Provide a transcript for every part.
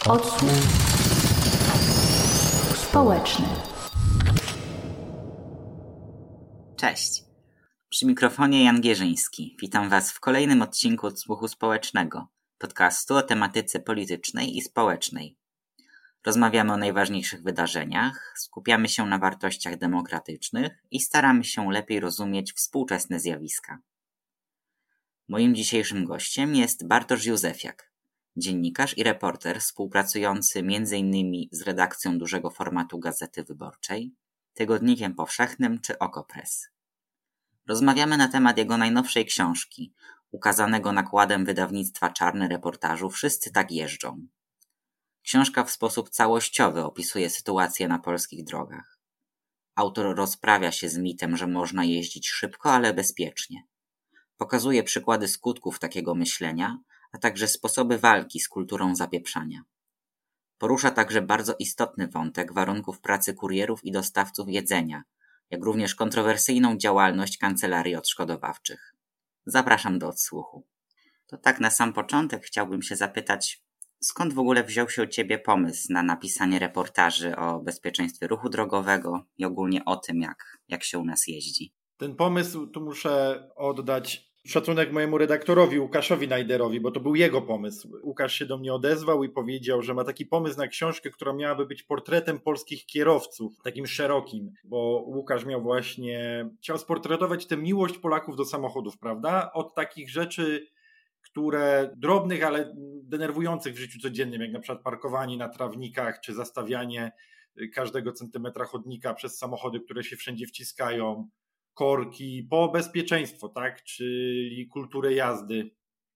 Odsłuch społeczny. Cześć. Przy mikrofonie Jan Gierzyński. Witam Was w kolejnym odcinku Odsłuchu Społecznego, podcastu o tematyce politycznej i społecznej. Rozmawiamy o najważniejszych wydarzeniach, skupiamy się na wartościach demokratycznych i staramy się lepiej rozumieć współczesne zjawiska. Moim dzisiejszym gościem jest Bartosz Józefiak, dziennikarz i reporter współpracujący m.in. z redakcją dużego formatu Gazety Wyborczej, Tygodnikiem Powszechnym czy Okopres. Rozmawiamy na temat jego najnowszej książki, ukazanego nakładem wydawnictwa Czarne reportażu Wszyscy tak jeżdżą. Książka w sposób całościowy opisuje sytuację na polskich drogach. Autor rozprawia się z mitem, że można jeździć szybko, ale bezpiecznie. Pokazuje przykłady skutków takiego myślenia, a także sposoby walki z kulturą zapieprzania. Porusza także bardzo istotny wątek warunków pracy kurierów i dostawców jedzenia, jak również kontrowersyjną działalność kancelarii odszkodowawczych. Zapraszam do odsłuchu. To tak na sam początek chciałbym się zapytać, skąd w ogóle wziął się u Ciebie pomysł na napisanie reportaży o bezpieczeństwie ruchu drogowego i ogólnie o tym, jak się u nas jeździ? Ten pomysł tu muszę oddać szacunek mojemu redaktorowi Łukaszowi Najderowi, bo to był jego pomysł. Łukasz się do mnie odezwał i powiedział, że ma taki pomysł na książkę, która miałaby być portretem polskich kierowców, takim szerokim, bo Łukasz chciał sportretować tę miłość Polaków do samochodów, prawda? Od takich rzeczy, które drobnych, ale denerwujących w życiu codziennym, jak na przykład parkowanie na trawnikach, czy zastawianie każdego centymetra chodnika przez samochody, które się wszędzie wciskają, korki, po bezpieczeństwo, tak? Czyli kulturę jazdy,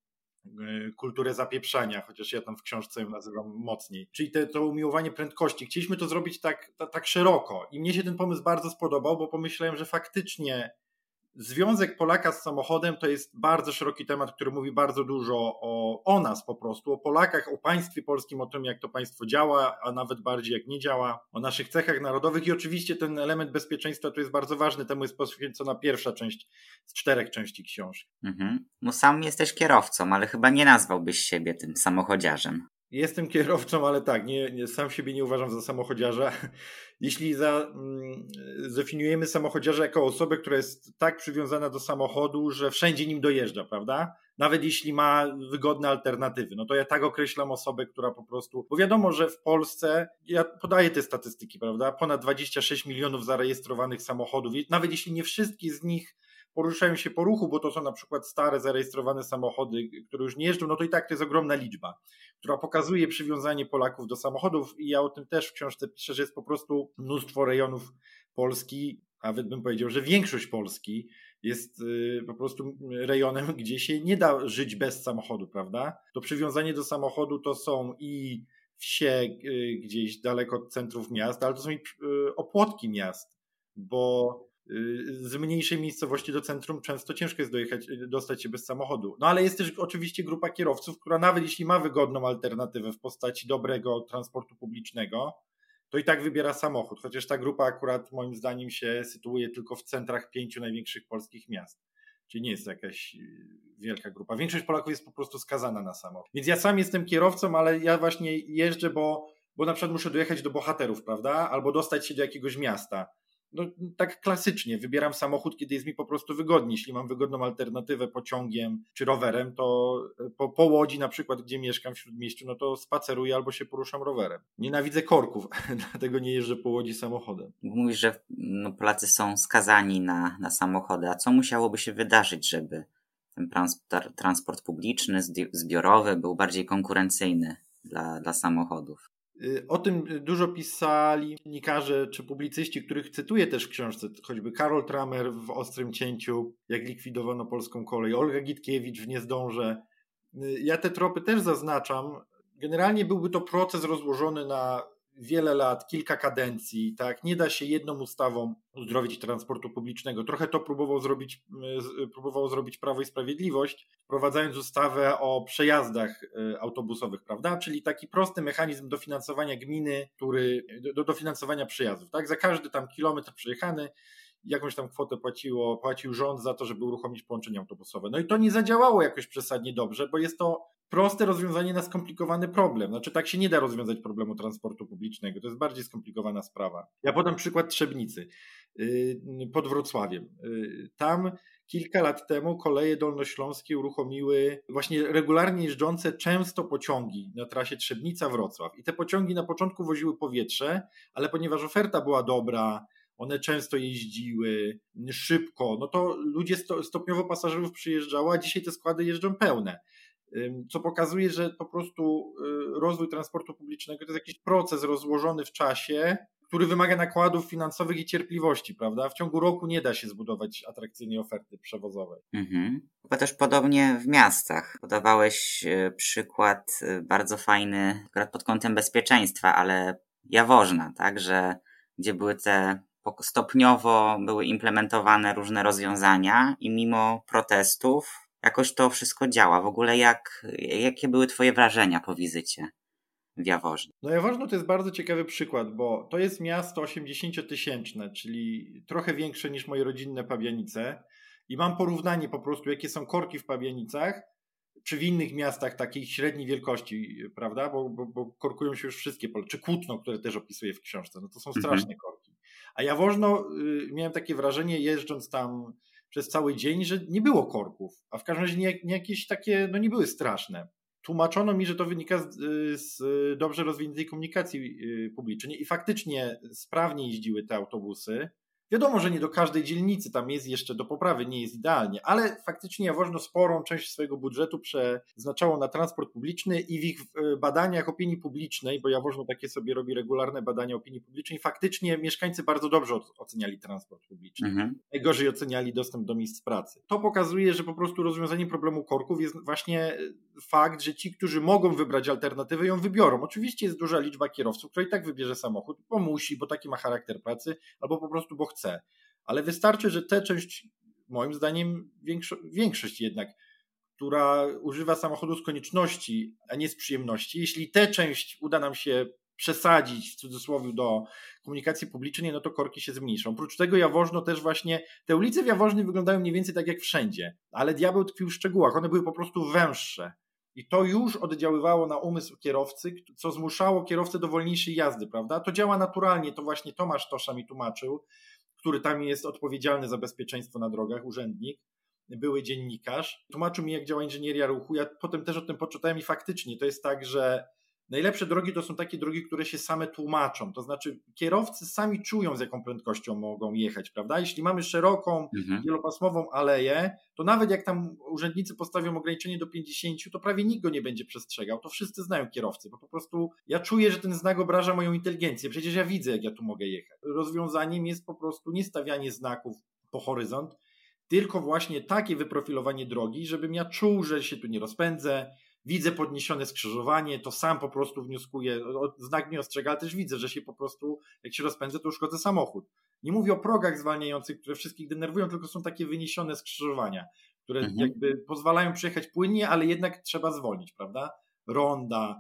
kulturę zapieprzania, chociaż ja tam w książce ją nazywam mocniej. Czyli to umiłowanie prędkości. Chcieliśmy to zrobić tak szeroko i mnie się ten pomysł bardzo spodobał, bo pomyślałem, że faktycznie związek Polaka z samochodem to jest bardzo szeroki temat, który mówi bardzo dużo o nas po prostu, o Polakach, o państwie polskim, o tym, jak to państwo działa, a nawet bardziej jak nie działa, o naszych cechach narodowych i oczywiście ten element bezpieczeństwa tu jest bardzo ważny, temu jest poświęcona pierwsza część z 4 części książki. No sam jesteś kierowcą, ale chyba nie nazwałbyś siebie tym samochodziarzem. Jestem kierowcą, ale tak, sam siebie nie uważam za samochodziarza. Jeśli zdefiniujemy samochodziarza jako osobę, która jest tak przywiązana do samochodu, że wszędzie nim dojeżdża, prawda? Nawet jeśli ma wygodne alternatywy, no to ja tak określam osobę, która po prostu, bo wiadomo, że w Polsce, ja podaję te statystyki, prawda? Ponad 26 milionów zarejestrowanych samochodów, nawet jeśli nie wszystkie z nich poruszają się po ruchu, bo to są na przykład stare, zarejestrowane samochody, które już nie jeżdżą, no to i tak to jest ogromna liczba, która pokazuje przywiązanie Polaków do samochodów i ja o tym też w książce piszę, że jest po prostu mnóstwo rejonów Polski, nawet bym powiedział, że większość Polski jest po prostu rejonem, gdzie się nie da żyć bez samochodu, prawda? To przywiązanie do samochodu to są i wsie gdzieś daleko od centrów miast, ale to są i opłotki miast, bo z mniejszej miejscowości do centrum często ciężko jest dostać się bez samochodu. No ale jest też oczywiście grupa kierowców, która nawet jeśli ma wygodną alternatywę w postaci dobrego transportu publicznego, to i tak wybiera samochód, chociaż ta grupa akurat moim zdaniem się sytuuje tylko w centrach 5 największych polskich miast. Czyli nie jest to jakaś wielka grupa. Większość Polaków jest po prostu skazana na samochód. Więc ja sam jestem kierowcą, ale ja właśnie jeżdżę, bo na przykład muszę dojechać do Bohaterów, prawda? Albo dostać się do jakiegoś miasta. No, tak klasycznie, wybieram samochód, kiedy jest mi po prostu wygodnie. Jeśli mam wygodną alternatywę pociągiem czy rowerem, to po Łodzi na przykład, gdzie mieszkam w Śródmieściu, no to spaceruję albo się poruszam rowerem. Nienawidzę korków, dlatego nie jeżdżę po Łodzi samochodem. Mówisz, że Polacy są skazani na samochody, a co musiałoby się wydarzyć, żeby ten transport publiczny, zbiorowy był bardziej konkurencyjny dla samochodów? O tym dużo pisali dziennikarze czy publicyści, których cytuję też w książce, choćby Karol Tramer w Ostrym cięciu, jak likwidowano polską kolej, Olga Gitkiewicz w Nie zdążę. Ja te tropy też zaznaczam. Generalnie byłby to proces rozłożony na wiele lat, kilka kadencji, tak? Nie da się jedną ustawą uzdrowić transportu publicznego. Trochę to próbowało zrobić Prawo i Sprawiedliwość, wprowadzając ustawę o przejazdach autobusowych, prawda? Czyli taki prosty mechanizm dofinansowania gminy, do dofinansowania przejazdów, tak? Za każdy tam kilometr przejechany jakąś tam kwotę płacił rząd za to, żeby uruchomić połączenia autobusowe. No i to nie zadziałało jakoś przesadnie dobrze, bo jest to proste rozwiązanie na skomplikowany problem. Znaczy tak się nie da rozwiązać problemu transportu publicznego. To jest bardziej skomplikowana sprawa. Ja podam przykład Trzebnicy pod Wrocławiem. Tam kilka lat temu Koleje Dolnośląskie uruchomiły właśnie regularnie jeżdżące często pociągi na trasie Trzebnica-Wrocław. I te pociągi na początku woziły powietrze, ale ponieważ oferta była dobra, one często jeździły szybko, no to ludzie stopniowo pasażerów przyjeżdżało, a dzisiaj te składy jeżdżą pełne. Co pokazuje, że po prostu rozwój transportu publicznego to jest jakiś proces rozłożony w czasie, który wymaga nakładów finansowych i cierpliwości, prawda? W ciągu roku nie da się zbudować atrakcyjnej oferty przewozowej. Chyba też podobnie w miastach. Podawałeś przykład bardzo fajny akurat pod kątem bezpieczeństwa, ale Jaworzna, tak, że gdzie były stopniowo były implementowane różne rozwiązania i mimo protestów jakoś to wszystko działa. W ogóle jakie były twoje wrażenia po wizycie w Jaworznie? No Jaworzno to jest bardzo ciekawy przykład, bo to jest miasto 80-tysięczne, czyli trochę większe niż moje rodzinne Pabianice i mam porównanie po prostu, jakie są korki w Pabianicach, czy w innych miastach takiej średniej wielkości, prawda, bo korkują się już wszystkie, czy Kutno, które też opisuję w książce, no to są straszne korki. A Jaworzno, miałem takie wrażenie, jeżdżąc tam przez cały dzień, że nie było korków, a w każdym razie nie jakieś takie, no nie były straszne. Tłumaczono mi, że to wynika z dobrze rozwiniętej komunikacji publicznej i faktycznie sprawnie jeździły te autobusy. Wiadomo, że nie do każdej dzielnicy tam jest jeszcze do poprawy, nie jest idealnie, ale faktycznie Jaworzno sporą część swojego budżetu przeznaczało na transport publiczny i w ich badaniach opinii publicznej, bo Jaworzno takie sobie robi regularne badania opinii publicznej, faktycznie mieszkańcy bardzo dobrze oceniali transport publiczny. Najgorzej oceniali dostęp do miejsc pracy. To pokazuje, że po prostu rozwiązaniem problemu korków jest właśnie fakt, że ci, którzy mogą wybrać alternatywę, ją wybiorą. Oczywiście jest duża liczba kierowców, która i tak wybierze samochód, bo musi, bo taki ma charakter pracy, albo po prostu, bo chce. Ale wystarczy, że tę część, moim zdaniem większość jednak, która używa samochodu z konieczności, a nie z przyjemności, jeśli tę część uda nam się przesadzić w cudzysłowie do komunikacji publicznej, no to korki się zmniejszą. Oprócz tego Jaworzno też właśnie, te ulice w Jaworznie wyglądają mniej więcej tak jak wszędzie, ale diabeł tkwił w szczegółach, one były po prostu węższe. I to już oddziaływało na umysł kierowcy, co zmuszało kierowcę do wolniejszej jazdy, prawda? To działa naturalnie, to właśnie Tomasz Tosza mi tłumaczył, który tam jest odpowiedzialny za bezpieczeństwo na drogach, urzędnik, były dziennikarz. Tłumaczył mi, jak działa inżynieria ruchu. Ja potem też o tym poczytałem i faktycznie to jest tak, że najlepsze drogi to są takie drogi, które się same tłumaczą. To znaczy kierowcy sami czują, z jaką prędkością mogą jechać, prawda? Jeśli mamy szeroką, wielopasmową aleję, to nawet jak tam urzędnicy postawią ograniczenie do 50, to prawie nikt go nie będzie przestrzegał. To wszyscy znają kierowcy, bo po prostu ja czuję, że ten znak obraża moją inteligencję. Przecież ja widzę, jak ja tu mogę jechać. Rozwiązaniem jest po prostu nie stawianie znaków po horyzont, tylko właśnie takie wyprofilowanie drogi, żebym ja czuł, że się tu nie rozpędzę, widzę podniesione skrzyżowanie, to sam po prostu wnioskuję, znak mnie ostrzega, ale też widzę, że się po prostu, jak się rozpędzę, to uszkodzę samochód. Nie mówię o progach zwalniających, które wszystkich denerwują, tylko są takie wyniesione skrzyżowania, które jakby pozwalają przejechać płynnie, ale jednak trzeba zwolnić, prawda? Ronda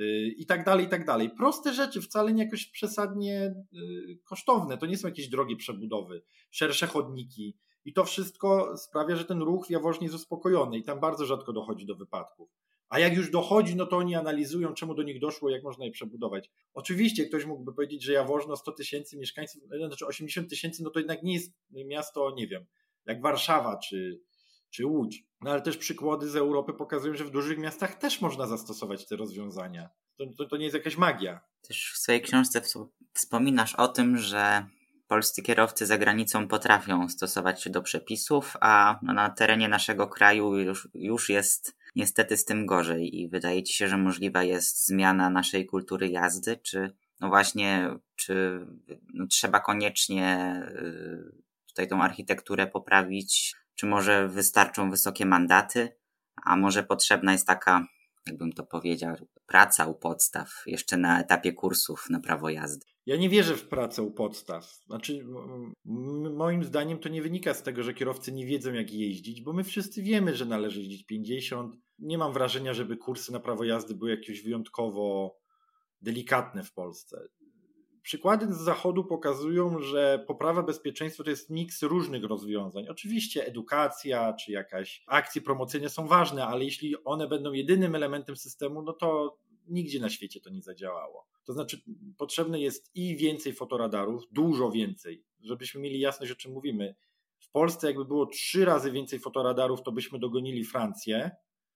i tak dalej, i tak dalej. Proste rzeczy, wcale nie jakoś przesadnie kosztowne, to nie są jakieś drogie przebudowy, szersze chodniki i to wszystko sprawia, że ten ruch w Jaworznie jest uspokojony i tam bardzo rzadko dochodzi do wypadków. A jak już dochodzi, no to oni analizują, czemu do nich doszło, jak można je przebudować. Oczywiście ktoś mógłby powiedzieć, że Jaworzno 100 000 mieszkańców, znaczy 80 000, no to jednak nie jest miasto, nie wiem, jak Warszawa czy Łódź. No ale też przykłady z Europy pokazują, że w dużych miastach też można zastosować te rozwiązania. To nie jest jakaś magia. Też w swojej książce wspominasz o tym, że polscy kierowcy za granicą potrafią stosować się do przepisów, a na terenie naszego kraju już jest niestety z tym gorzej i wydaje ci się, że możliwa jest zmiana naszej kultury jazdy, czy trzeba koniecznie tutaj tą architekturę poprawić, czy może wystarczą wysokie mandaty, a może potrzebna jest taka, jakbym to powiedział, praca u podstaw, jeszcze na etapie kursów na prawo jazdy. Ja nie wierzę w pracę u podstaw. Znaczy, moim zdaniem to nie wynika z tego, że kierowcy nie wiedzą, jak jeździć, bo my wszyscy wiemy, że należy jeździć 50. Nie mam wrażenia, żeby kursy na prawo jazdy były jakieś wyjątkowo delikatne w Polsce. przykłady z Zachodu pokazują, że poprawa bezpieczeństwa to jest miks różnych rozwiązań. Oczywiście edukacja czy jakaś akcje promocyjne są ważne, ale jeśli one będą jedynym elementem systemu, no to nigdzie na świecie to nie zadziałało. To znaczy potrzebne jest i więcej fotoradarów, dużo więcej, żebyśmy mieli jasność, o czym mówimy. W Polsce jakby było 3 razy więcej fotoradarów, to byśmy dogonili Francję,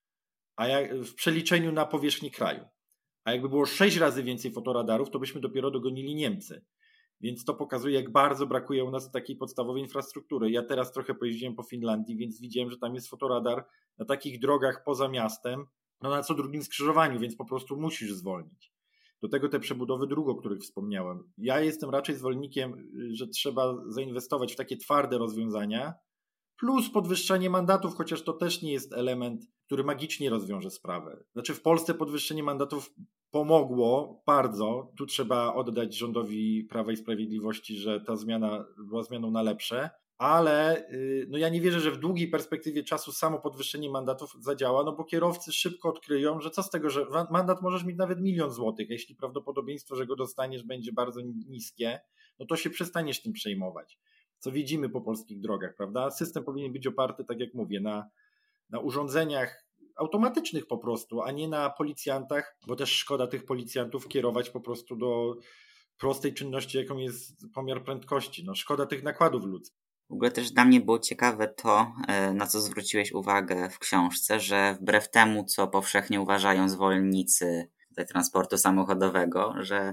a w przeliczeniu na powierzchnię kraju. A jakby było 6 razy więcej fotoradarów, to byśmy dopiero dogonili Niemcy. Więc to pokazuje, jak bardzo brakuje u nas takiej podstawowej infrastruktury. Ja teraz trochę pojeździłem po Finlandii, więc widziałem, że tam jest fotoradar na takich drogach poza miastem, no na co drugim skrzyżowaniu, więc po prostu musisz zwolnić. Do tego te przebudowy dróg, o których wspomniałem. Ja jestem raczej zwolennikiem, że trzeba zainwestować w takie twarde rozwiązania, plus podwyższenie mandatów, chociaż to też nie jest element, który magicznie rozwiąże sprawę. Znaczy w Polsce podwyższenie mandatów pomogło bardzo. Tu trzeba oddać rządowi Prawa i Sprawiedliwości, że ta zmiana była zmianą na lepsze, ale no ja nie wierzę, że w długiej perspektywie czasu samo podwyższenie mandatów zadziała, no bo kierowcy szybko odkryją, że co z tego, że mandat możesz mieć nawet 1 000 000 złotych, jeśli prawdopodobieństwo, że go dostaniesz, będzie bardzo niskie, no to się przestaniesz tym przejmować. Co widzimy po polskich drogach, prawda? System powinien być oparty, tak jak mówię, na urządzeniach automatycznych po prostu, a nie na policjantach, bo też szkoda tych policjantów kierować po prostu do prostej czynności, jaką jest pomiar prędkości. No, szkoda tych nakładów ludzkich. W ogóle też dla mnie było ciekawe to, na co zwróciłeś uwagę w książce, że wbrew temu, co powszechnie uważają zwolennicy transportu samochodowego, że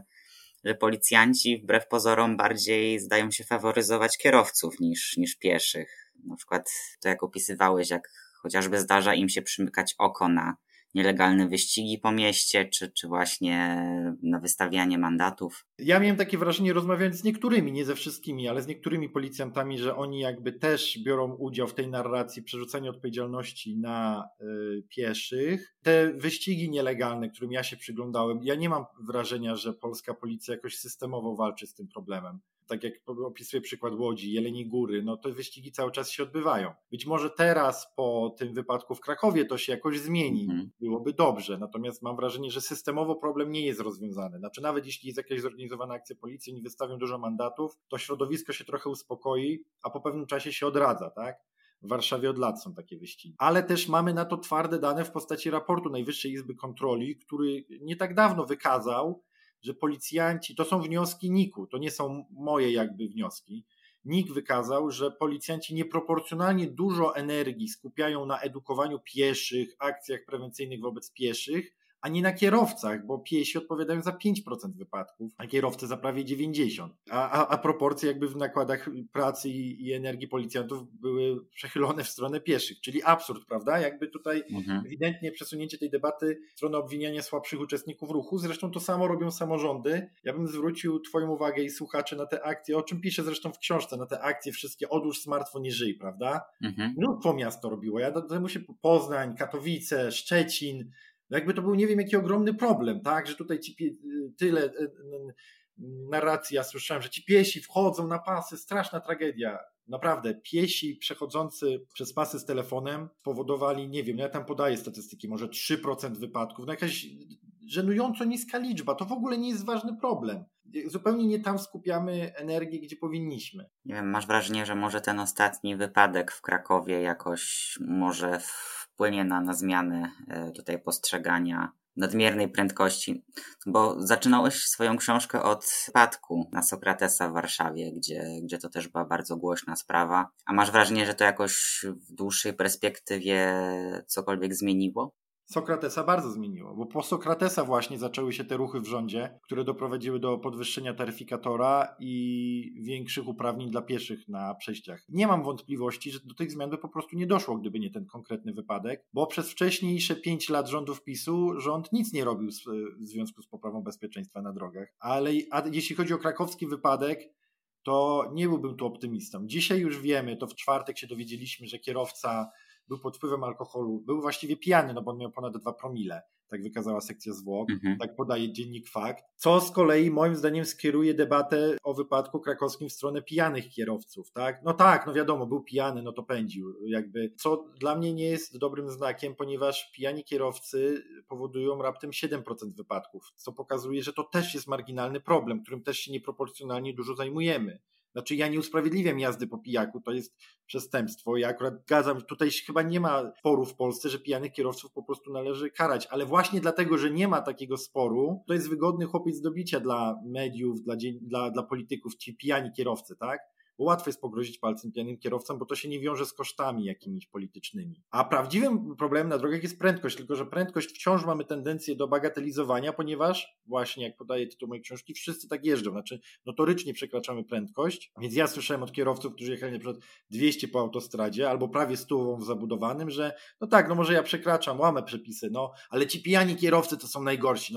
policjanci wbrew pozorom bardziej zdają się faworyzować kierowców niż pieszych. Na przykład to, jak opisywałeś, jak chociażby zdarza im się przymykać oko na nielegalne wyścigi po mieście, czy właśnie na wystawianie mandatów. Ja miałem takie wrażenie, rozmawiając z niektórymi, nie ze wszystkimi, ale z niektórymi policjantami, że oni jakby też biorą udział w tej narracji przerzucania odpowiedzialności na pieszych. Te wyścigi nielegalne, którym ja się przyglądałem, ja nie mam wrażenia, że polska policja jakoś systemowo walczy z tym problemem. Tak jak opisuję przykład Łodzi, Jeleniej Góry, no te wyścigi cały czas się odbywają. Być może teraz po tym wypadku w Krakowie to się jakoś zmieni, byłoby dobrze, natomiast mam wrażenie, że systemowo problem nie jest rozwiązany. Znaczy nawet jeśli jest jakaś zorganizowana akcja policji, oni wystawią dużo mandatów, to środowisko się trochę uspokoi, a po pewnym czasie się odradza, tak? W Warszawie od lat są takie wyścigi. Ale też mamy na to twarde dane w postaci raportu Najwyższej Izby Kontroli, który nie tak dawno wykazał, że policjanci, to są wnioski NIK-u, to nie są moje jakby wnioski. NIK wykazał, że policjanci nieproporcjonalnie dużo energii skupiają na edukowaniu pieszych, akcjach prewencyjnych wobec pieszych, a nie na kierowcach, bo piesi odpowiadają za 5% wypadków, a kierowcy za prawie 90%. A proporcje jakby w nakładach pracy i energii policjantów były przechylone w stronę pieszych, czyli absurd, prawda? Jakby tutaj ewidentnie przesunięcie tej debaty w stronę obwiniania słabszych uczestników ruchu. Zresztą to samo robią samorządy. Ja bym zwrócił twoją uwagę i słuchaczy na te akcje, o czym piszę zresztą w książce, na te akcje wszystkie odłóż smartfon, nie żyj, prawda? Mnóstwo miast to robiło. Ja do tego się Poznań, Katowice, Szczecin. Jakby to był nie wiem jaki ogromny problem, tak, że tutaj tyle narracji ja słyszałem, że ci piesi wchodzą na pasy, straszna tragedia. Naprawdę, piesi przechodzący przez pasy z telefonem powodowali, nie wiem, ja tam podaję statystyki, może 3% wypadków, no jakaś żenująco niska liczba, to w ogóle nie jest ważny problem. Zupełnie nie tam skupiamy energię, gdzie powinniśmy. Nie wiem, masz wrażenie, że może ten ostatni wypadek w Krakowie jakoś może wpłynie na zmianę tutaj postrzegania nadmiernej prędkości, bo zaczynałeś swoją książkę od wypadku na Sokratesa w Warszawie, gdzie to też była bardzo głośna sprawa. A masz wrażenie, że to jakoś w dłuższej perspektywie cokolwiek zmieniło? Sokratesa bardzo zmieniło, bo po Sokratesa właśnie zaczęły się te ruchy w rządzie, które doprowadziły do podwyższenia taryfikatora i większych uprawnień dla pieszych na przejściach. Nie mam wątpliwości, że do tych zmian by po prostu nie doszło, gdyby nie ten konkretny wypadek, bo przez wcześniejsze 5 lat rządów PiS-u rząd nic nie robił w związku z poprawą bezpieczeństwa na drogach. A jeśli chodzi o krakowski wypadek, to nie byłbym tu optymistą. Dzisiaj już wiemy, to w czwartek się dowiedzieliśmy, że kierowca był pod wpływem alkoholu, był właściwie pijany, no bo on miał ponad 2 promile. Tak wykazała sekcja zwłok, Mhm. tak podaje dziennik Fakt. Co z kolei moim zdaniem skieruje debatę o wypadku krakowskim w stronę pijanych kierowców, tak? No wiadomo, był pijany, no to pędził. Co dla mnie nie jest dobrym znakiem, ponieważ pijani kierowcy powodują raptem 7% wypadków, co pokazuje, że to też jest marginalny problem, którym też się nieproporcjonalnie dużo zajmujemy. Znaczy ja nie usprawiedliwiam jazdy po pijaku, to jest przestępstwo. Ja akurat zgadzam, tutaj chyba nie ma sporu w Polsce, że pijanych kierowców po prostu należy karać, ale właśnie dlatego, że nie ma takiego sporu, to jest wygodny chłopiec do bicia dla mediów, dla polityków, ci pijani kierowcy, tak? Bo łatwo jest pogrozić palcem pijanym kierowcom, bo to się nie wiąże z kosztami jakimiś politycznymi. A prawdziwym problemem na drogach jest prędkość, tylko że prędkość wciąż mamy tendencję do bagatelizowania, ponieważ właśnie, jak podaje tytuł mojej książki, wszyscy tak jeżdżą, znaczy notorycznie przekraczamy prędkość, więc ja słyszałem od kierowców, którzy jechali na przykład 200 po autostradzie albo prawie 100 w zabudowanym, że no tak, no może ja przekraczam, łamę przepisy, no ale ci pijani kierowcy to są najgorsi, no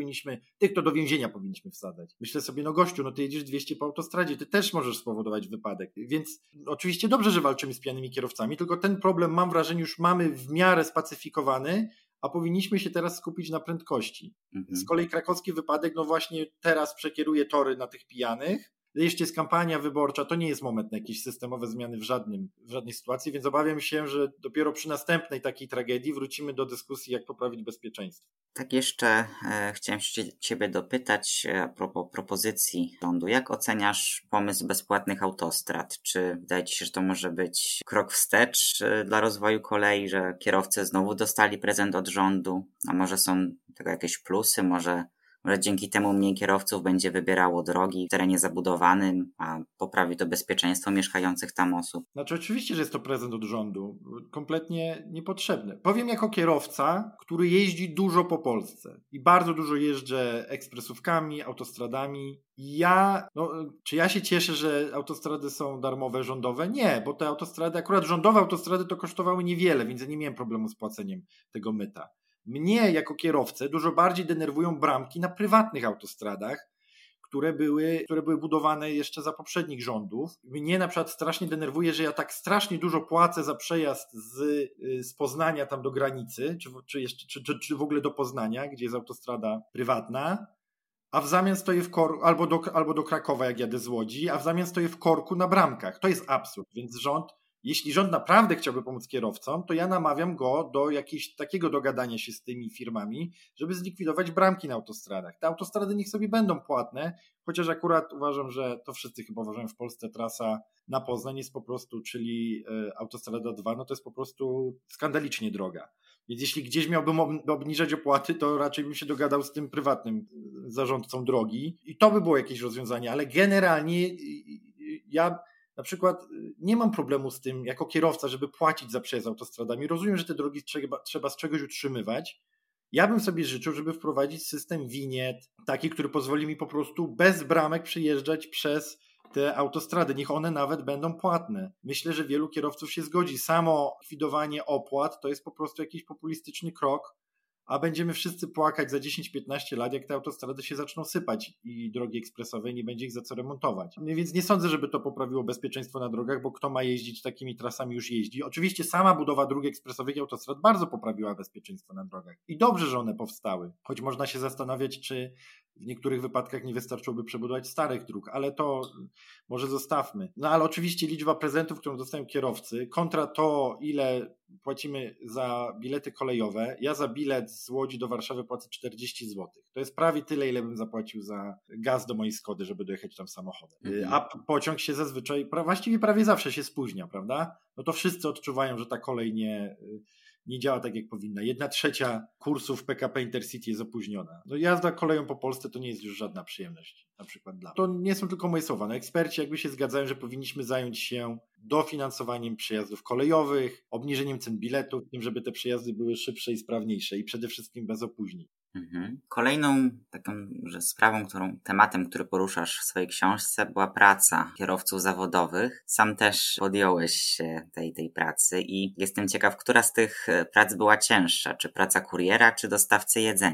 tych to do więzienia powinniśmy wsadzać. Myślę sobie, no gościu, no ty jedziesz 200 po autostradzie, ty też możesz spowodować wypadek. Więc oczywiście dobrze, że walczymy z pijanymi kierowcami, tylko ten problem, mam wrażenie, już mamy w miarę spacyfikowany, a powinniśmy się teraz skupić na prędkości. Z kolei krakowski wypadek, no właśnie teraz przekieruje tory na tych pijanych. Jeszcze jest kampania wyborcza, to nie jest moment na jakieś systemowe zmiany w żadnej sytuacji, więc obawiam się, że dopiero przy następnej takiej tragedii wrócimy do dyskusji, jak poprawić bezpieczeństwo. Tak jeszcze chciałem się Ciebie dopytać a propos propozycji rządu. Jak oceniasz pomysł bezpłatnych autostrad? Czy wydaje Ci się, że to może być krok wstecz dla rozwoju kolei, że kierowcy znowu dostali prezent od rządu? A może są tego jakieś plusy? Może dzięki temu mniej kierowców będzie wybierało drogi w terenie zabudowanym, a poprawi to bezpieczeństwo mieszkających tam osób? Znaczy oczywiście, że jest to prezent od rządu. Kompletnie niepotrzebny. Powiem jako kierowca, który jeździ dużo po Polsce i bardzo dużo jeżdżę ekspresówkami, autostradami. Czy ja się cieszę, że autostrady są darmowe, rządowe? Nie, bo te autostrady, akurat rządowe autostrady to kosztowały niewiele, więc ja nie miałem problemu z płaceniem tego myta. Mnie jako kierowcę dużo bardziej denerwują bramki na prywatnych autostradach, które były budowane jeszcze za poprzednich rządów. Mnie na przykład strasznie denerwuje, że ja tak strasznie dużo płacę za przejazd z Poznania tam do granicy, czy w ogóle do Poznania, gdzie jest autostrada prywatna, a w zamian stoję w korku, albo do Krakowa, jak jadę z Łodzi, a w zamian stoję w korku na bramkach. To jest absurd, więc jeśli rząd naprawdę chciałby pomóc kierowcom, to ja namawiam go do jakiegoś takiego dogadania się z tymi firmami, żeby zlikwidować bramki na autostradach. Te autostrady niech sobie będą płatne, chociaż akurat uważam, że to wszyscy chyba uważają w Polsce trasa na Poznań jest po prostu, czyli autostrada 2, no to jest po prostu skandalicznie droga. Więc jeśli gdzieś miałbym obniżać opłaty, to raczej bym się dogadał z tym prywatnym zarządcą drogi i to by było jakieś rozwiązanie, ale generalnie ja na przykład nie mam problemu z tym jako kierowca, żeby płacić za przejazd autostradami. Rozumiem, że te drogi trzeba z czegoś utrzymywać. Ja bym sobie życzył, żeby wprowadzić system winiet, taki, który pozwoli mi po prostu bez bramek przejeżdżać przez te autostrady. Niech one nawet będą płatne. Myślę, że wielu kierowców się zgodzi. Samo likwidowanie opłat to jest po prostu jakiś populistyczny krok, a będziemy wszyscy płakać za 10-15 lat, jak te autostrady się zaczną sypać i drogi ekspresowe nie będzie ich za co remontować. Więc nie sądzę, żeby to poprawiło bezpieczeństwo na drogach, bo kto ma jeździć takimi trasami już jeździ. Oczywiście sama budowa dróg ekspresowych i autostrad bardzo poprawiła bezpieczeństwo na drogach. I dobrze, że one powstały. Choć można się zastanawiać, czy w niektórych wypadkach nie wystarczyłoby przebudować starych dróg, ale to może zostawmy. No ale oczywiście liczba prezentów, którą dostają kierowcy, kontra to, ile płacimy za bilety kolejowe. Ja za bilet z Łodzi do Warszawy płacę 40 zł. To jest prawie tyle, ile bym zapłacił za gaz do mojej Skody, żeby dojechać tam samochodem. A pociąg się zazwyczaj, właściwie prawie zawsze się spóźnia, prawda? No to wszyscy odczuwają, że ta kolej nie działa tak, jak powinna. 1/3 kursów PKP Intercity jest opóźniona. No jazda koleją po Polsce to nie jest już żadna przyjemność, na przykład dla mnie. To nie są tylko moje słowa. No eksperci jakby się zgadzają, że powinniśmy zająć się dofinansowaniem przejazdów kolejowych, obniżeniem cen biletów, tym, żeby te przejazdy były szybsze i sprawniejsze i przede wszystkim bez opóźnień. Kolejną taką tematem, który poruszasz w swojej książce, była praca kierowców zawodowych. Sam też podjąłeś się tej pracy i jestem ciekaw, która z tych prac była cięższa, czy praca kuriera, czy dostawcy jedzenia?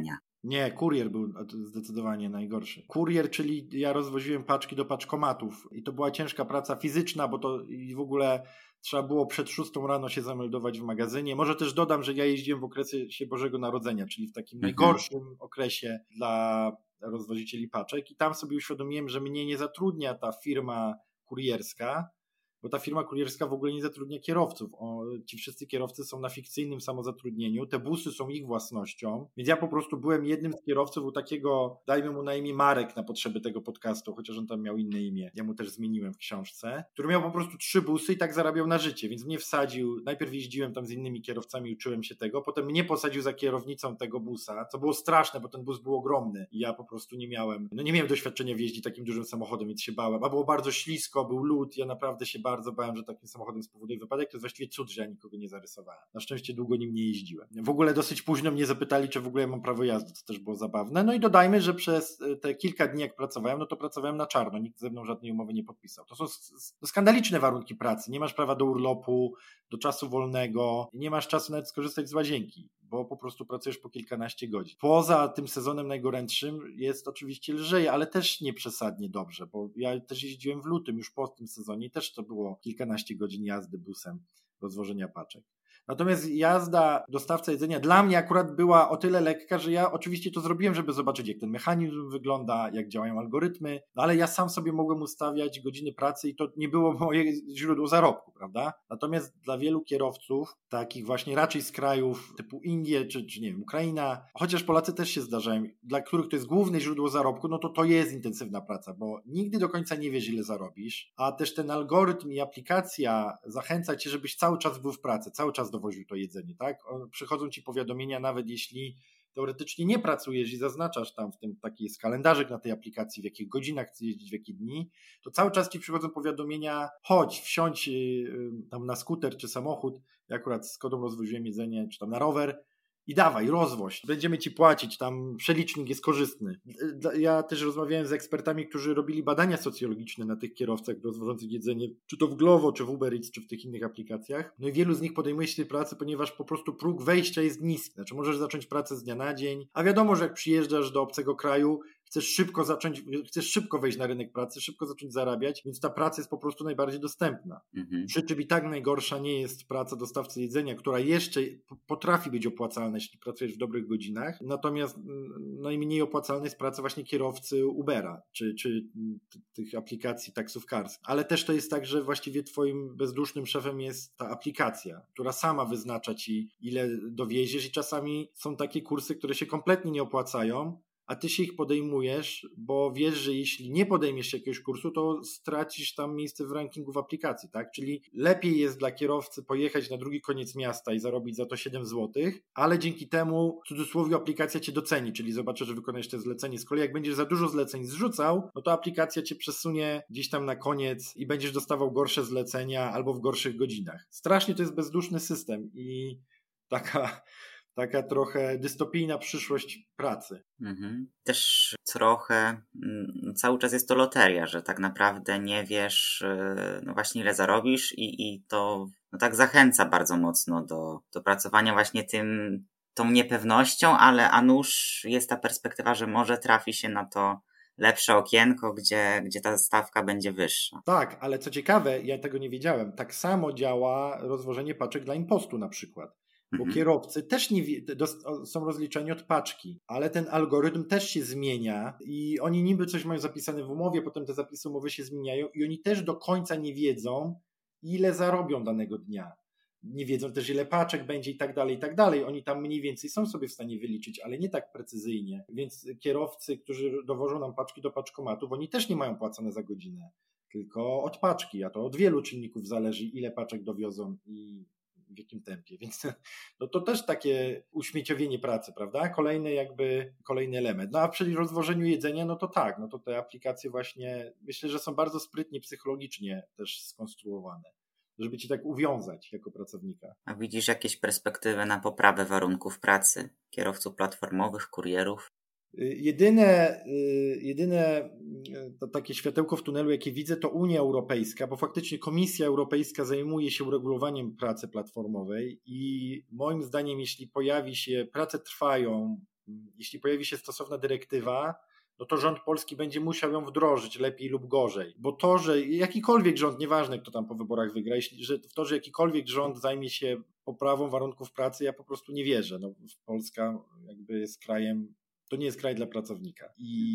Nie, kurier był zdecydowanie najgorszy. Kurier, czyli ja rozwoziłem paczki do paczkomatów i to była ciężka praca fizyczna, bo to i w ogóle trzeba było przed 6 rano się zameldować w magazynie. Może też dodam, że ja jeździłem w okresie Bożego Narodzenia, czyli w takim najgorszym okresie dla rozwozicieli paczek i tam sobie uświadomiłem, że mnie nie zatrudnia ta firma kurierska, bo ta firma kurierska w ogóle nie zatrudnia kierowców. Ci wszyscy kierowcy są na fikcyjnym samozatrudnieniu, te busy są ich własnością, więc ja po prostu byłem jednym z kierowców u takiego, dajmy mu na imię Marek na potrzeby tego podcastu, chociaż on tam miał inne imię, ja mu też zmieniłem w książce, który miał po prostu 3 busy i tak zarabiał na życie, więc mnie wsadził, najpierw jeździłem tam z innymi kierowcami, uczyłem się tego, potem mnie posadził za kierownicą tego busa, co było straszne, bo ten bus był ogromny i ja po prostu nie miałem doświadczenia w jeździe takim dużym samochodem, więc się bałem, a było bardzo ślisko, był lód, ja naprawdę się bardzo bałem, że takim samochodem spowoduje wypadek. To jest właściwie cud, że ja nikogo nie zarysowałem. Na szczęście długo nim nie jeździłem. W ogóle dosyć późno mnie zapytali, czy w ogóle ja mam prawo jazdy, co też było zabawne. No i dodajmy, że przez te kilka dni jak pracowałem, no to pracowałem na czarno. Nikt ze mną żadnej umowy nie podpisał. To są skandaliczne warunki pracy. Nie masz prawa do urlopu, do czasu wolnego, nie masz czasu nawet skorzystać z łazienki, bo po prostu pracujesz po kilkanaście godzin. Poza tym sezonem najgorętszym jest oczywiście lżej, ale też nie przesadnie dobrze, bo ja też jeździłem w lutym już po tym sezonie i też to było kilkanaście godzin jazdy busem, rozwożenia paczek. Natomiast jazda dostawca jedzenia dla mnie akurat była o tyle lekka, że ja oczywiście to zrobiłem, żeby zobaczyć, jak ten mechanizm wygląda, jak działają algorytmy, no ale ja sam sobie mogłem ustawiać godziny pracy i to nie było moje źródło zarobku, prawda? Natomiast dla wielu kierowców, takich właśnie raczej z krajów typu Indie czy nie wiem, Ukraina, chociaż Polacy też się zdarzają, dla których to jest główne źródło zarobku, no to jest intensywna praca, bo nigdy do końca nie wiesz, ile zarobisz, a też ten algorytm i aplikacja zachęca cię, żebyś cały czas był w pracy, cały czas dowoził to jedzenie, tak? Przychodzą ci powiadomienia, nawet jeśli teoretycznie nie pracujesz i zaznaczasz tam w tym taki jest kalendarzyk na tej aplikacji, w jakich godzinach chcesz jeździć, w jakie dni, to cały czas ci przychodzą powiadomienia, chodź, wsiądź tam na skuter czy samochód, ja akurat z Kodą rozwoziłem jedzenie, czy tam na rower, i dawaj, rozwoź, będziemy ci płacić, tam przelicznik jest korzystny. Ja też rozmawiałem z ekspertami, którzy robili badania socjologiczne na tych kierowcach rozwożących jedzenie, czy to w Glovo, czy w Uber Eats, czy w tych innych aplikacjach. No i wielu z nich podejmuje się tej pracy, ponieważ po prostu próg wejścia jest niski. Znaczy możesz zacząć pracę z dnia na dzień, a wiadomo, że jak przyjeżdżasz do obcego kraju, chcesz szybko wejść na rynek pracy, szybko zacząć zarabiać, więc ta praca jest po prostu najbardziej dostępna. Przy czym i tak najgorsza nie jest praca dostawcy jedzenia, która jeszcze potrafi być opłacalna, jeśli pracujesz w dobrych godzinach, natomiast najmniej opłacalna jest praca właśnie kierowcy Ubera, czy tych aplikacji taksówkarskich. Ale też to jest tak, że właściwie twoim bezdusznym szefem jest ta aplikacja, która sama wyznacza ci, ile dowieziesz i czasami są takie kursy, które się kompletnie nie opłacają, a ty się ich podejmujesz, bo wiesz, że jeśli nie podejmiesz się jakiegoś kursu, to stracisz tam miejsce w rankingu w aplikacji, tak? Czyli lepiej jest dla kierowcy pojechać na drugi koniec miasta i zarobić za to 7 zł, ale dzięki temu, w cudzysłowie, aplikacja cię doceni, czyli zobaczy, że wykonałeś te zlecenie. Z kolei jak będziesz za dużo zleceń zrzucał, no to aplikacja cię przesunie gdzieś tam na koniec i będziesz dostawał gorsze zlecenia albo w gorszych godzinach. Strasznie to jest bezduszny system i taka trochę dystopijna przyszłość pracy. Też trochę cały czas jest to loteria, że tak naprawdę nie wiesz no właśnie ile zarobisz i to no tak zachęca bardzo mocno do pracowania właśnie tą niepewnością, ale a nuż jest ta perspektywa, że może trafi się na to lepsze okienko, gdzie ta stawka będzie wyższa. Tak, ale co ciekawe, ja tego nie wiedziałem, tak samo działa rozwożenie paczek dla impostu na przykład. Bo kierowcy też są rozliczeni od paczki, ale ten algorytm też się zmienia i oni niby coś mają zapisane w umowie, potem te zapisy umowy się zmieniają i oni też do końca nie wiedzą, ile zarobią danego dnia. Nie wiedzą też, ile paczek będzie i tak dalej, i tak dalej. Oni tam mniej więcej są sobie w stanie wyliczyć, ale nie tak precyzyjnie. Więc kierowcy, którzy dowożą nam paczki do paczkomatów, oni też nie mają płacone za godzinę, tylko od paczki, a to od wielu czynników zależy, ile paczek dowiozą i w jakim tempie, więc no to też takie uśmieciowienie pracy, prawda? Kolejny element. No a przy rozwożeniu jedzenia, no to tak, no to te aplikacje właśnie myślę, że są bardzo sprytnie psychologicznie też skonstruowane, żeby cię tak uwiązać jako pracownika. A widzisz jakieś perspektywy na poprawę warunków pracy kierowców platformowych, kurierów? Jedyne to takie światełko w tunelu, jakie widzę, to Unia Europejska, bo faktycznie Komisja Europejska zajmuje się uregulowaniem pracy platformowej i moim zdaniem, jeśli prace trwają jeśli pojawi się stosowna dyrektywa, no to rząd polski będzie musiał ją wdrożyć lepiej lub gorzej. Bo to, że jakikolwiek rząd, nieważne kto tam po wyborach wygra, w to, że jakikolwiek rząd zajmie się poprawą warunków pracy, ja po prostu nie wierzę. No, Polska jakby jest krajem, to nie jest kraj dla pracownika.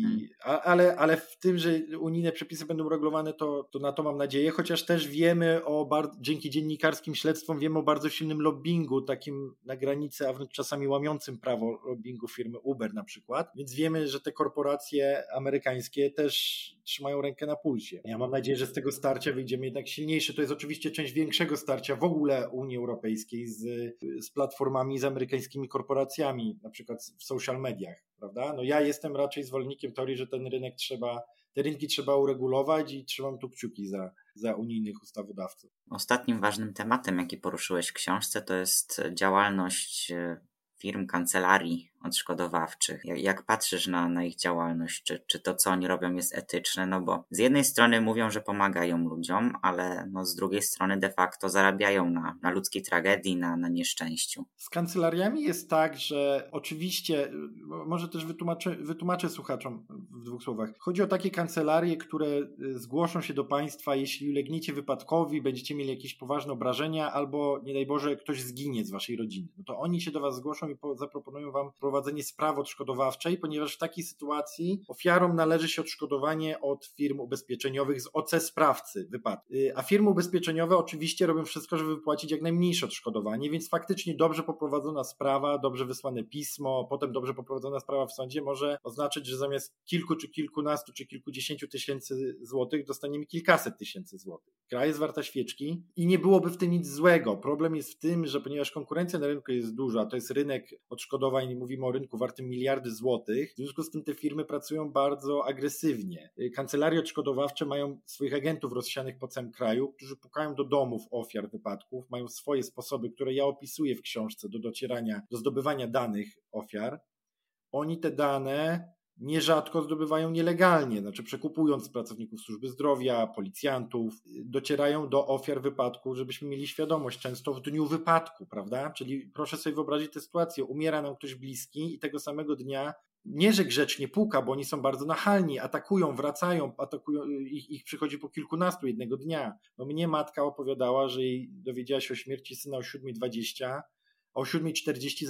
Ale w tym, że unijne przepisy będą regulowane, to na to mam nadzieję, chociaż też wiemy dzięki dziennikarskim śledztwom wiemy o bardzo silnym lobbingu, takim na granicy, a wręcz czasami łamiącym prawo lobbingu firmy Uber na przykład, więc wiemy, że te korporacje amerykańskie też trzymają rękę na pulsie. Ja mam nadzieję, że z tego starcia wyjdziemy jednak silniejszy. To jest oczywiście część większego starcia w ogóle Unii Europejskiej z platformami, z amerykańskimi korporacjami, na przykład w social mediach. Prawda? No ja jestem raczej zwolennikiem teorii, że te rynki trzeba uregulować i trzymam tu kciuki za unijnych ustawodawców. Ostatnim ważnym tematem, jaki poruszyłeś w książce, to jest działalność firm, kancelarii odszkodowawczych. Jak patrzysz na ich działalność, czy to, co oni robią, jest etyczne? No bo z jednej strony mówią, że pomagają ludziom, ale no z drugiej strony de facto zarabiają na ludzkiej tragedii, na nieszczęściu. Z kancelariami jest tak, że oczywiście, może też wytłumaczę słuchaczom w 2 słowach. Chodzi o takie kancelarie, które zgłoszą się do państwa, jeśli ulegniecie wypadkowi, będziecie mieli jakieś poważne obrażenia albo, nie daj Boże, ktoś zginie z waszej rodziny. No to oni się do was zgłoszą i zaproponują wam prowadzenie sprawy odszkodowawczej, ponieważ w takiej sytuacji ofiarom należy się odszkodowanie od firm ubezpieczeniowych z OC sprawcy wypadku. A firmy ubezpieczeniowe oczywiście robią wszystko, żeby wypłacić jak najmniejsze odszkodowanie, więc faktycznie dobrze poprowadzona sprawa, dobrze wysłane pismo, potem dobrze poprowadzona sprawa w sądzie może oznaczyć, że zamiast kilku, czy kilkunastu, czy kilkudziesięciu tysięcy złotych dostaniemy kilkaset tysięcy złotych. Gra jest warta świeczki i nie byłoby w tym nic złego. Problem jest w tym, że ponieważ konkurencja na rynku jest duża, to jest rynek odszkodowań, mówimy o rynku wartym miliardy złotych, w związku z tym te firmy pracują bardzo agresywnie. Kancelarie odszkodowawcze mają swoich agentów rozsianych po całym kraju, którzy pukają do domów ofiar wypadków, mają swoje sposoby, które ja opisuję w książce do zdobywania danych ofiar. Oni te dane nierzadko zdobywają nielegalnie, znaczy przekupując pracowników służby zdrowia, policjantów, docierają do ofiar wypadku, żebyśmy mieli świadomość, często w dniu wypadku, prawda? Czyli proszę sobie wyobrazić tę sytuację, umiera nam ktoś bliski i tego samego dnia nie, że grzecznie puka, bo oni są bardzo nachalni, wracają, ich przychodzi po kilkunastu jednego dnia. No mnie matka opowiadała, że jej dowiedziała się o śmierci syna o 7:20, o 7:40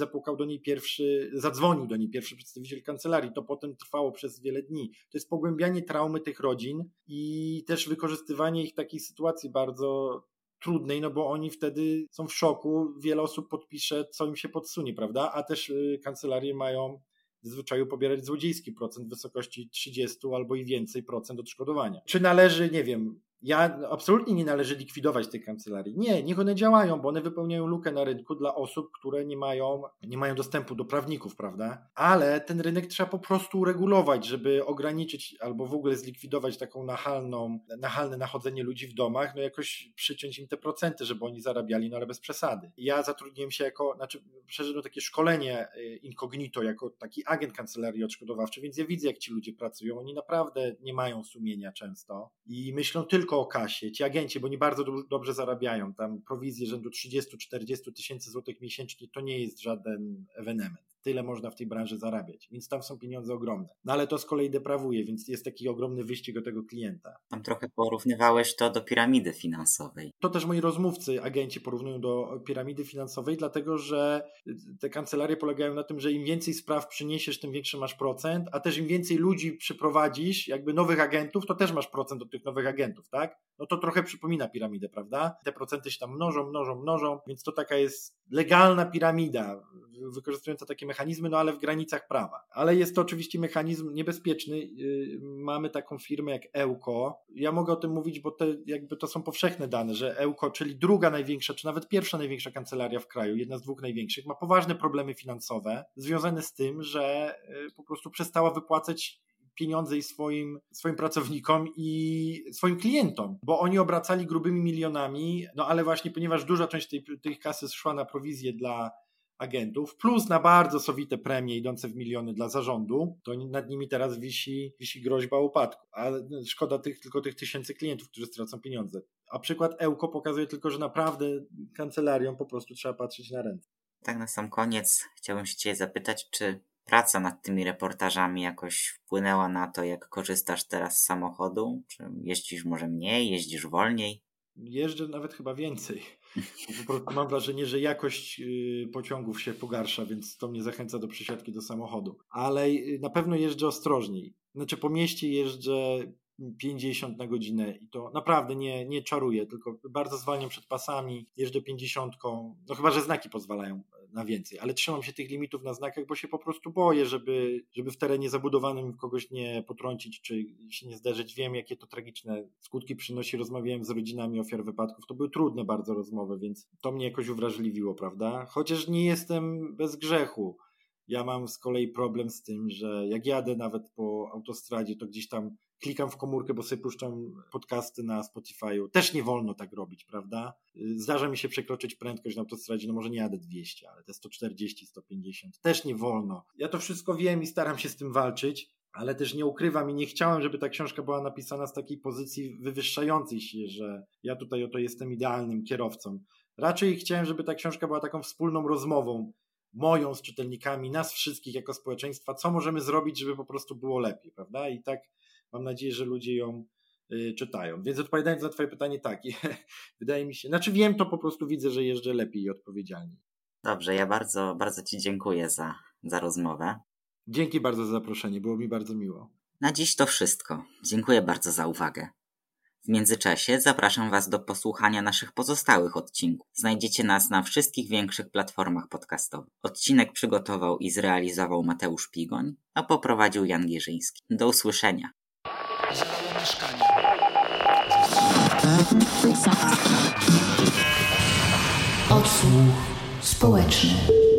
zadzwonił do niej pierwszy przedstawiciel kancelarii. To potem trwało przez wiele dni. To jest pogłębianie traumy tych rodzin i też wykorzystywanie ich takiej sytuacji bardzo trudnej, no bo oni wtedy są w szoku. Wiele osób podpisze, co im się podsunie, prawda? A też kancelarie mają w zwyczaju pobierać złodziejski procent w wysokości 30 albo i więcej procent odszkodowania. Czy należy, nie wiem, absolutnie nie należy likwidować tych kancelarii. Nie, niech one działają, bo one wypełniają lukę na rynku dla osób, które nie mają dostępu do prawników, prawda? Ale ten rynek trzeba po prostu uregulować, żeby ograniczyć albo w ogóle zlikwidować taką nachalne nachodzenie ludzi w domach, no jakoś przyciąć im te procenty, żeby oni zarabiali, no ale bez przesady. Ja zatrudniłem się przeszedłem takie szkolenie incognito, jako taki agent kancelarii odszkodowawczej, więc ja widzę, jak ci ludzie pracują. Oni naprawdę nie mają sumienia często i myślą tylko o kasie. Ci agenci, bo oni bardzo dobrze zarabiają. Tam prowizje rzędu 30-40 tysięcy złotych miesięcznie to nie jest żaden ewenement. Tyle można w tej branży zarabiać, więc tam są pieniądze ogromne. No ale to z kolei deprawuje, więc jest taki ogromny wyścig o tego klienta. Tam trochę porównywałeś to do piramidy finansowej. To też moi rozmówcy, agenci porównują do piramidy finansowej, dlatego że te kancelarie polegają na tym, że im więcej spraw przyniesiesz, tym większy masz procent, a też im więcej ludzi przyprowadzisz, jakby nowych agentów, to też masz procent od tych nowych agentów, tak? No to trochę przypomina piramidę, prawda? Te procenty się tam mnożą, więc to taka jest legalna piramida, wykorzystująca takie mechanizmy, no ale w granicach prawa. Ale jest to oczywiście mechanizm niebezpieczny. Mamy taką firmę jak Ełko. Ja mogę o tym mówić, bo to są powszechne dane, że Ełko, czyli druga największa, czy nawet pierwsza największa kancelaria w kraju, jedna z 2 największych, ma poważne problemy finansowe związane z tym, że po prostu przestała wypłacać pieniądze i swoim pracownikom i swoim klientom, bo oni obracali grubymi milionami, no ale właśnie ponieważ duża część tej kasy szła na prowizję dla agentów, plus na bardzo sowite premie idące w miliony dla zarządu, to nad nimi teraz wisi groźba upadku. Ale szkoda tylko tych tysięcy klientów, którzy stracą pieniądze. A przykład Ełko pokazuje tylko, że naprawdę kancelariom po prostu trzeba patrzeć na ręce. Tak na sam koniec chciałbym się Cię zapytać, czy praca nad tymi reportażami jakoś wpłynęła na to, jak korzystasz teraz z samochodu? Czy jeździsz może mniej, jeździsz wolniej? Jeżdżę nawet chyba więcej. Po prostu mam wrażenie, że jakość pociągów się pogarsza, więc to mnie zachęca do przesiadki do samochodu. Ale na pewno jeżdżę ostrożniej. Znaczy po mieście jeżdżę 50 na godzinę i to naprawdę nie czaruję, tylko bardzo zwalniam przed pasami, jeżdżę 50, no chyba, że znaki pozwalają na więcej, ale trzymam się tych limitów na znakach, bo się po prostu boję, żeby w terenie zabudowanym kogoś nie potrącić, czy się nie zderzyć. Wiem, jakie to tragiczne skutki przynosi. Rozmawiałem z rodzinami ofiar wypadków, to były trudne bardzo rozmowy, więc to mnie jakoś uwrażliwiło, prawda? Chociaż nie jestem bez grzechu. Ja mam z kolei problem z tym, że jak jadę nawet po autostradzie, to gdzieś tam klikam w komórkę, bo sobie puszczam podcasty na Spotify'u. Też nie wolno tak robić, prawda? Zdarza mi się przekroczyć prędkość na autostradzie, no może nie jadę 200, ale te 140, 150 też nie wolno. Ja to wszystko wiem i staram się z tym walczyć, ale też nie ukrywam i nie chciałem, żeby ta książka była napisana z takiej pozycji wywyższającej się, że ja tutaj oto jestem idealnym kierowcą. Raczej chciałem, żeby ta książka była taką wspólną rozmową moją z czytelnikami, nas wszystkich jako społeczeństwa, co możemy zrobić, żeby po prostu było lepiej, prawda? I tak mam nadzieję, że ludzie ją czytają. Więc odpowiadając na twoje pytanie, tak, wydaje mi się, znaczy wiem, to po prostu widzę, że jeżdżę lepiej i odpowiedzialniej. Dobrze, ja bardzo, bardzo ci dziękuję za rozmowę. Dzięki bardzo za zaproszenie, było mi bardzo miło. Na dziś to wszystko. Dziękuję bardzo za uwagę. W międzyczasie zapraszam Was do posłuchania naszych pozostałych odcinków. Znajdziecie nas na wszystkich większych platformach podcastowych. Odcinek przygotował i zrealizował Mateusz Pigoń, a poprowadził Jan Gierzyński. Do usłyszenia. Zielone mieszkanie. Odsłuch społeczny.